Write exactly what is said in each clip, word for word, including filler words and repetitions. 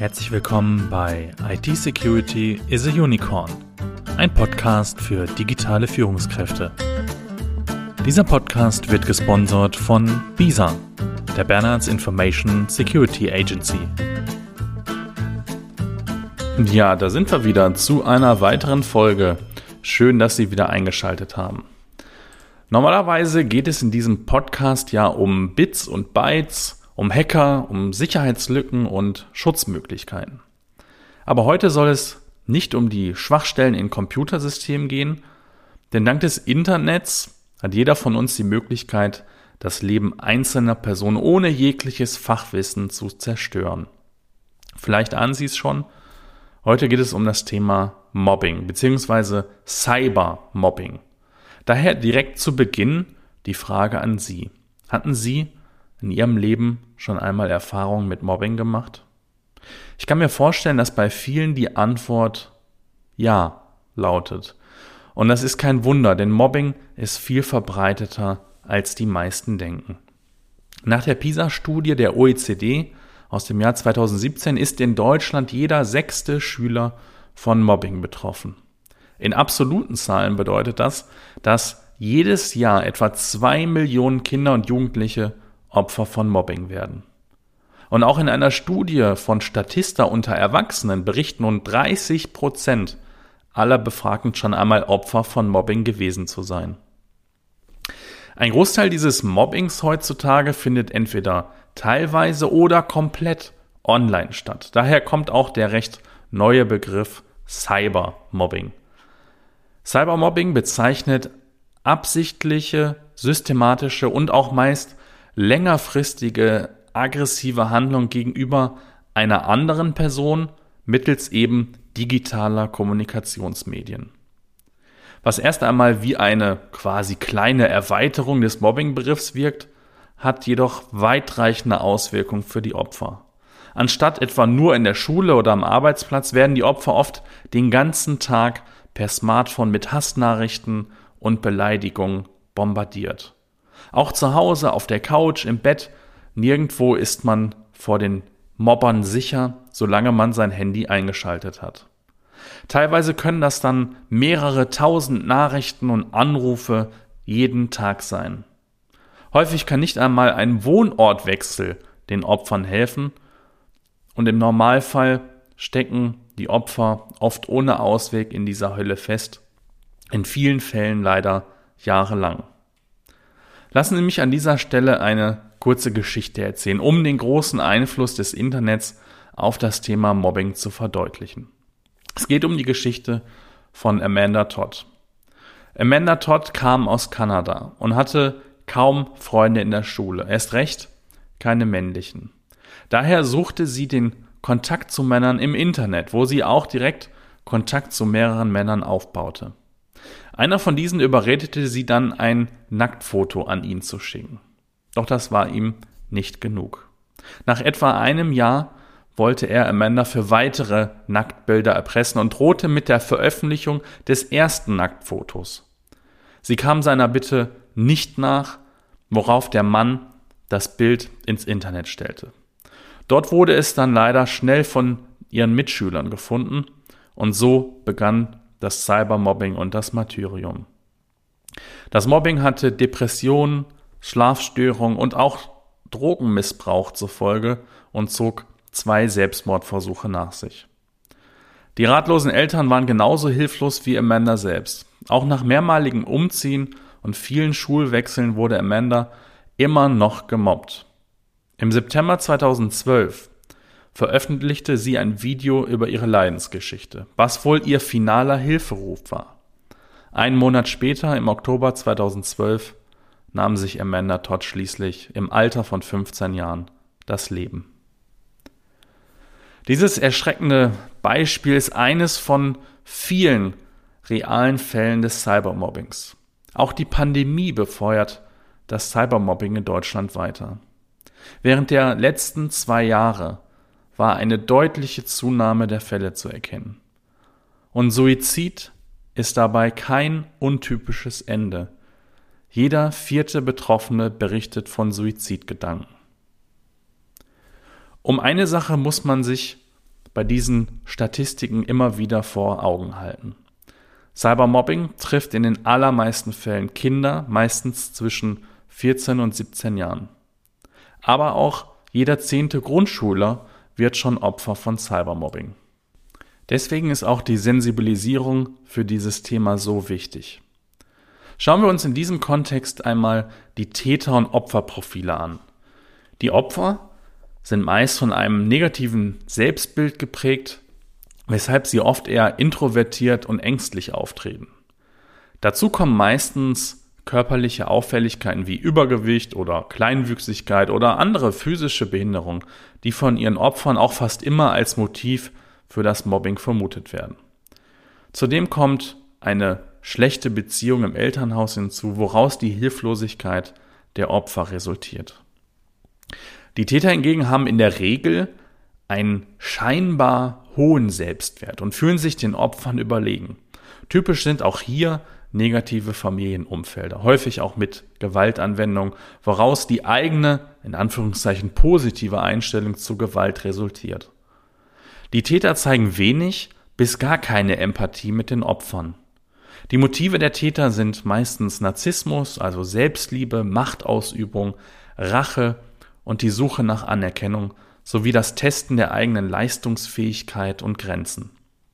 Herzlich willkommen bei I T Security is a Unicorn, ein Podcast für digitale Führungskräfte. Dieser Podcast wird gesponsert von BISA, der Bernards Information Security Agency. Ja, da sind wir wieder zu einer weiteren Folge. Schön, dass Sie wieder eingeschaltet haben. Normalerweise geht es in diesem Podcast ja um Bits und Bytes, um Hacker, um Sicherheitslücken und Schutzmöglichkeiten. Aber heute soll es nicht um die Schwachstellen in Computersystemen gehen, denn dank des Internets hat jeder von uns die Möglichkeit, das Leben einzelner Personen ohne jegliches Fachwissen zu zerstören. Vielleicht ahnen Sie es schon, heute geht es um das Thema Mobbing bzw. Cybermobbing. Daher direkt zu Beginn die Frage an Sie. Hatten Sie in Ihrem Leben schon einmal Erfahrungen mit Mobbing gemacht? Ich kann mir vorstellen, dass bei vielen die Antwort ja lautet. Und das ist kein Wunder, denn Mobbing ist viel verbreiteter, als die meisten denken. Nach der PISA-Studie der O E C D aus dem Jahr zweitausendsiebzehn ist in Deutschland jeder sechste Schüler von Mobbing betroffen. In absoluten Zahlen bedeutet das, dass jedes Jahr etwa zwei Millionen Kinder und Jugendliche Opfer von Mobbing werden. Und auch in einer Studie von Statista unter Erwachsenen berichten nun dreißig Prozent aller Befragten schon einmal Opfer von Mobbing gewesen zu sein. Ein Großteil dieses Mobbings heutzutage findet entweder teilweise oder komplett online statt. Daher kommt auch der recht neue Begriff Cybermobbing. Cybermobbing bezeichnet absichtliche, systematische und auch meist längerfristige aggressive Handlung gegenüber einer anderen Person mittels eben digitaler Kommunikationsmedien. Was erst einmal wie eine quasi kleine Erweiterung des Mobbingbegriffs wirkt, hat jedoch weitreichende Auswirkungen für die Opfer. Anstatt etwa nur in der Schule oder am Arbeitsplatz werden die Opfer oft den ganzen Tag per Smartphone mit Hassnachrichten und Beleidigungen bombardiert. Auch zu Hause, auf der Couch, im Bett, nirgendwo ist man vor den Mobbern sicher, solange man sein Handy eingeschaltet hat. Teilweise können das dann mehrere tausend Nachrichten und Anrufe jeden Tag sein. Häufig kann nicht einmal ein Wohnortwechsel den Opfern helfen und im Normalfall stecken die Opfer oft ohne Ausweg in dieser Hölle fest, in vielen Fällen leider jahrelang. Lassen Sie mich an dieser Stelle eine kurze Geschichte erzählen, um den großen Einfluss des Internets auf das Thema Mobbing zu verdeutlichen. Es geht um die Geschichte von Amanda Todd. Amanda Todd kam aus Kanada und hatte kaum Freunde in der Schule, erst recht keine männlichen. Daher suchte sie den Kontakt zu Männern im Internet, wo sie auch direkt Kontakt zu mehreren Männern aufbaute. Einer von diesen überredete sie dann, ein Nacktfoto an ihn zu schicken. Doch das war ihm nicht genug. Nach etwa einem Jahr wollte er Amanda für weitere Nacktbilder erpressen und drohte mit der Veröffentlichung des ersten Nacktfotos. Sie kam seiner Bitte nicht nach, worauf der Mann das Bild ins Internet stellte. Dort wurde es dann leider schnell von ihren Mitschülern gefunden und so begann das Cybermobbing und das Martyrium. Das Mobbing hatte Depressionen, Schlafstörungen und auch Drogenmissbrauch zur Folge und zog zwei Selbstmordversuche nach sich. Die ratlosen Eltern waren genauso hilflos wie Amanda selbst. Auch nach mehrmaligem Umziehen und vielen Schulwechseln wurde Amanda immer noch gemobbt. Im September zweitausendzwölf veröffentlichte sie ein Video über ihre Leidensgeschichte, was wohl ihr finaler Hilferuf war. Einen Monat später, im Oktober zweitausendzwölf, nahm sich Amanda Todd schließlich im Alter von fünfzehn Jahren das Leben. Dieses erschreckende Beispiel ist eines von vielen realen Fällen des Cybermobbings. Auch die Pandemie befeuert das Cybermobbing in Deutschland weiter. Während der letzten zwei Jahre war eine deutliche Zunahme der Fälle zu erkennen. Und Suizid ist dabei kein untypisches Ende. Jeder vierte Betroffene berichtet von Suizidgedanken. Um eine Sache muss man sich bei diesen Statistiken immer wieder vor Augen halten. Cybermobbing trifft in den allermeisten Fällen Kinder, meistens zwischen vierzehn und siebzehn Jahren. Aber auch jeder zehnte Grundschüler wird schon Opfer von Cybermobbing. Deswegen ist auch die Sensibilisierung für dieses Thema so wichtig. Schauen wir uns in diesem Kontext einmal die Täter- und Opferprofile an. Die Opfer sind meist von einem negativen Selbstbild geprägt, weshalb sie oft eher introvertiert und ängstlich auftreten. Dazu kommen meistens körperliche Auffälligkeiten wie Übergewicht oder Kleinwüchsigkeit oder andere physische Behinderungen, die von ihren Opfern auch fast immer als Motiv für das Mobbing vermutet werden. Zudem kommt eine schlechte Beziehung im Elternhaus hinzu, woraus die Hilflosigkeit der Opfer resultiert. Die Täter hingegen haben in der Regel einen scheinbar hohen Selbstwert und fühlen sich den Opfern überlegen. Typisch sind auch hier negative Familienumfelder, häufig auch mit Gewaltanwendung, woraus die eigene, in Anführungszeichen positive Einstellung zu Gewalt resultiert. Die Täter zeigen wenig bis gar keine Empathie mit den Opfern. Die Motive der Täter sind meistens Narzissmus, also Selbstliebe, Machtausübung, Rache und die Suche nach Anerkennung sowie das Testen der eigenen Leistungsfähigkeit und Grenzen.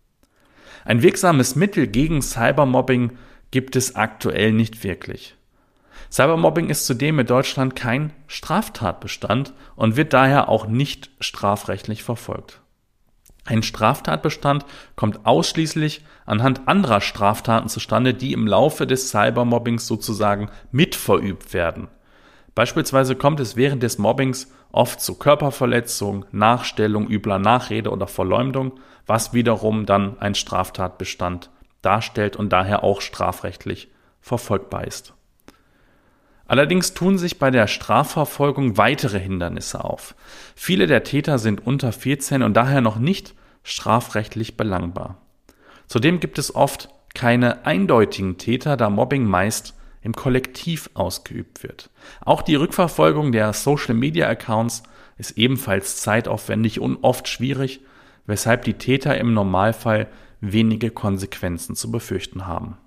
Ein wirksames Mittel gegen Cybermobbing gibt es aktuell nicht wirklich. Cybermobbing ist zudem in Deutschland kein Straftatbestand und wird daher auch nicht strafrechtlich verfolgt. Ein Straftatbestand kommt ausschließlich anhand anderer Straftaten zustande, die im Laufe des Cybermobbings sozusagen mitverübt werden. Beispielsweise kommt es während des Mobbings oft zu Körperverletzung, Nachstellung, übler Nachrede oder Verleumdung, was wiederum dann ein Straftatbestand darstellt und daher auch strafrechtlich verfolgbar ist. Allerdings tun sich bei der Strafverfolgung weitere Hindernisse auf. Viele der Täter sind unter vierzehn und daher noch nicht strafrechtlich belangbar. Zudem gibt es oft keine eindeutigen Täter, da Mobbing meist im Kollektiv ausgeübt wird. Auch die Rückverfolgung der Social-Media-Accounts ist ebenfalls zeitaufwendig und oft schwierig, weshalb die Täter im Normalfall wenige Konsequenzen zu befürchten haben.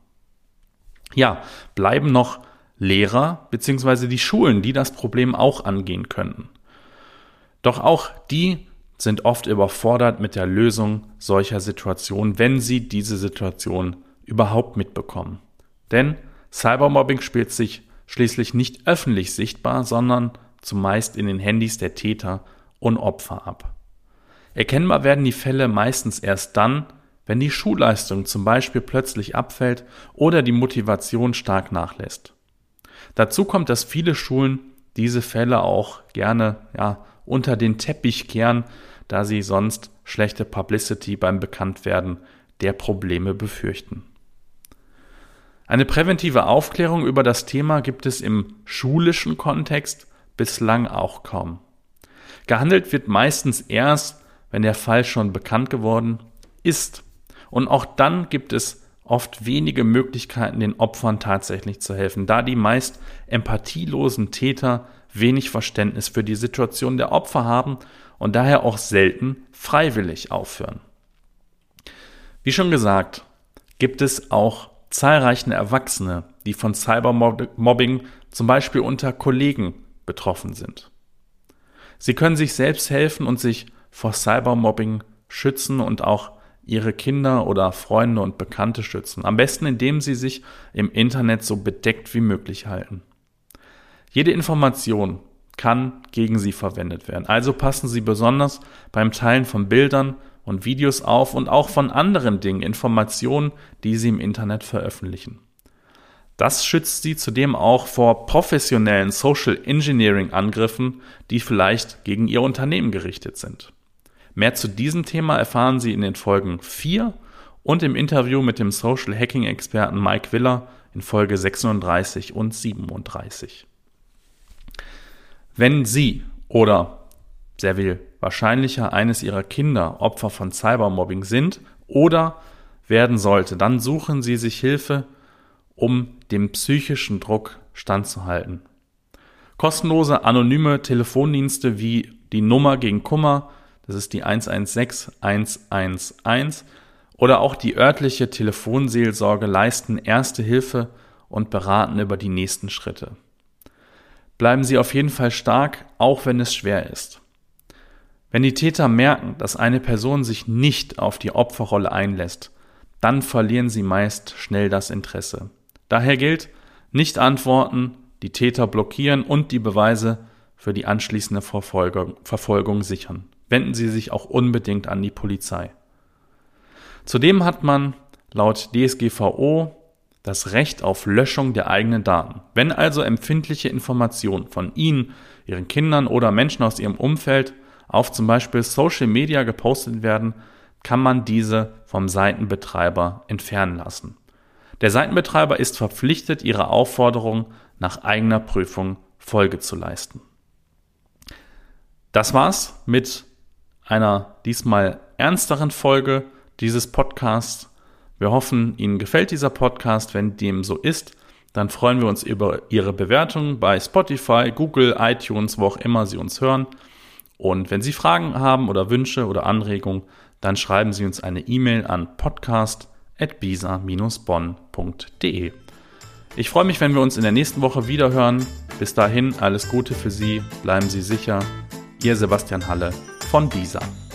Ja, bleiben noch Lehrer bzw. die Schulen, die das Problem auch angehen könnten. Doch auch die sind oft überfordert mit der Lösung solcher Situationen, wenn sie diese Situation überhaupt mitbekommen. Denn Cybermobbing spielt sich schließlich nicht öffentlich sichtbar, sondern zumeist in den Handys der Täter und Opfer ab. Erkennbar werden die Fälle meistens erst dann, wenn die Schulleistung zum Beispiel plötzlich abfällt oder die Motivation stark nachlässt. Dazu kommt, dass viele Schulen diese Fälle auch gerne ja, unter den Teppich kehren, da sie sonst schlechte Publicity beim Bekanntwerden der Probleme befürchten. Eine präventive Aufklärung über das Thema gibt es im schulischen Kontext bislang auch kaum. Gehandelt wird meistens erst, wenn der Fall schon bekannt geworden ist. Und auch dann gibt es oft wenige Möglichkeiten, den Opfern tatsächlich zu helfen, da die meist empathielosen Täter wenig Verständnis für die Situation der Opfer haben und daher auch selten freiwillig aufhören. Wie schon gesagt, gibt es auch zahlreiche Erwachsene, die von Cybermobbing zum Beispiel unter Kollegen betroffen sind. Sie können sich selbst helfen und sich vor Cybermobbing schützen und auch ihre Kinder oder Freunde und Bekannte schützen. Am besten, indem sie sich im Internet so bedeckt wie möglich halten. Jede Information kann gegen sie verwendet werden. Also passen Sie besonders beim Teilen von Bildern und Videos auf und auch von anderen Dingen, Informationen, die Sie im Internet veröffentlichen. Das schützt Sie zudem auch vor professionellen Social Engineering Angriffen, die vielleicht gegen Ihr Unternehmen gerichtet sind. Mehr zu diesem Thema erfahren Sie in den Folgen vier und im Interview mit dem Social Hacking Experten Mike Willer in Folge sechsunddreißig und siebenunddreißig. Wenn Sie oder sehr viel wahrscheinlicher eines Ihrer Kinder Opfer von Cybermobbing sind oder werden sollte, dann suchen Sie sich Hilfe, um dem psychischen Druck standzuhalten. Kostenlose anonyme Telefondienste wie die Nummer gegen Kummer das ist die eins eins sechs eins eins eins, oder auch die örtliche Telefonseelsorge leisten erste Hilfe und beraten über die nächsten Schritte. Bleiben Sie auf jeden Fall stark, auch wenn es schwer ist. Wenn die Täter merken, dass eine Person sich nicht auf die Opferrolle einlässt, dann verlieren sie meist schnell das Interesse. Daher gilt, nicht antworten, die Täter blockieren und die Beweise für die anschließende Verfolgung, Verfolgung sichern. Wenden Sie sich auch unbedingt an die Polizei. Zudem hat man laut D S G V O das Recht auf Löschung der eigenen Daten. Wenn also empfindliche Informationen von Ihnen, Ihren Kindern oder Menschen aus Ihrem Umfeld auf zum Beispiel Social Media gepostet werden, kann man diese vom Seitenbetreiber entfernen lassen. Der Seitenbetreiber ist verpflichtet, Ihrer Aufforderung nach eigener Prüfung Folge zu leisten. Das war's mit einer diesmal ernsteren Folge dieses Podcasts. Wir hoffen, Ihnen gefällt dieser Podcast. Wenn dem so ist, dann freuen wir uns über Ihre Bewertung bei Spotify, Google, iTunes, wo auch immer Sie uns hören. Und wenn Sie Fragen haben oder Wünsche oder Anregungen, dann schreiben Sie uns eine E-Mail an podcast at bisa dash bonn punkt de. Ich freue mich, wenn wir uns in der nächsten Woche wieder hören. Bis dahin alles Gute für Sie, bleiben Sie sicher. Ihr Sebastian Halle von BISA.